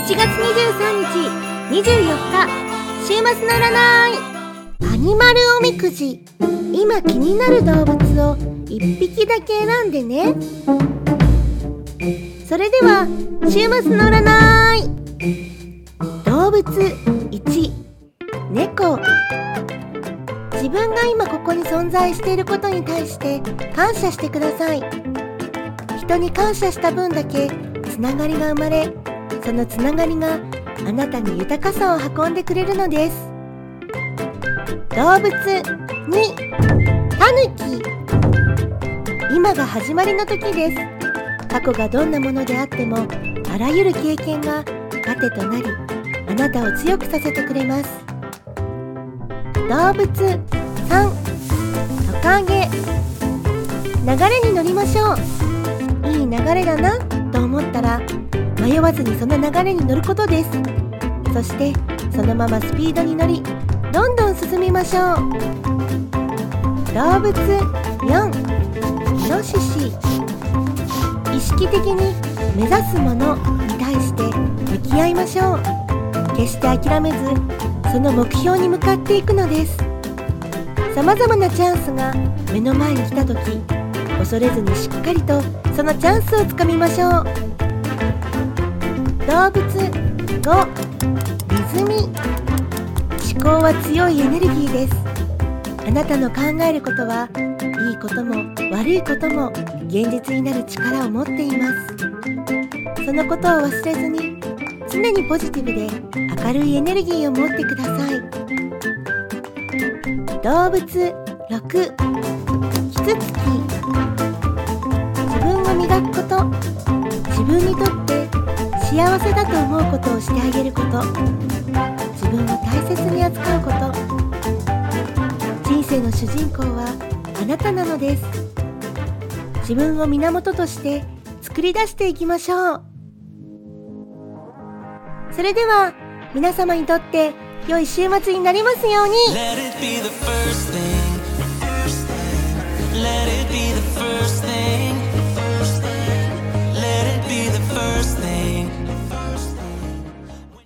1月23日、24日、週末の占い。アニマルおみくじ。今気になる動物を1匹だけ選んでね。それでは週末の占い。動物1、猫。自分が今ここに存在していることに対して感謝してください。人に感謝した分だけつながりが生まれ、そのつながりがあなたに豊かさを運んでくれるのです。動物2、タヌキ。今が始まりの時です。過去がどんなものであっても、あらゆる経験が糧となり、あなたを強くさせてくれます。動物3、トカゲ。流れに乗りましょう。いい流れだなと思ったら、迷わずにその流れに乗ることです。そしてそのままスピードに乗り、どんどん進みましょう。動物4、イノシシ。意識的に目指すものに対して向き合いましょう。決して諦めず、その目標に向かっていくのです。さまざまなチャンスが目の前に来た時、恐れずにしっかりとそのチャンスをつかみましょう。動物5、ネズミ。思考は強いエネルギーです。あなたの考えることは、いいことも悪いことも現実になる力を持っています。そのことを忘れずに、常にポジティブで明るいエネルギーを持ってください。動物6、キツツキ。自分を磨くこと、自分にとって幸せだと思うことをしてあげること、自分を大切に扱うこと。人生の主人公はあなたなのです。自分を源として作り出していきましょう。それでは皆様にとって良い週末になりますように。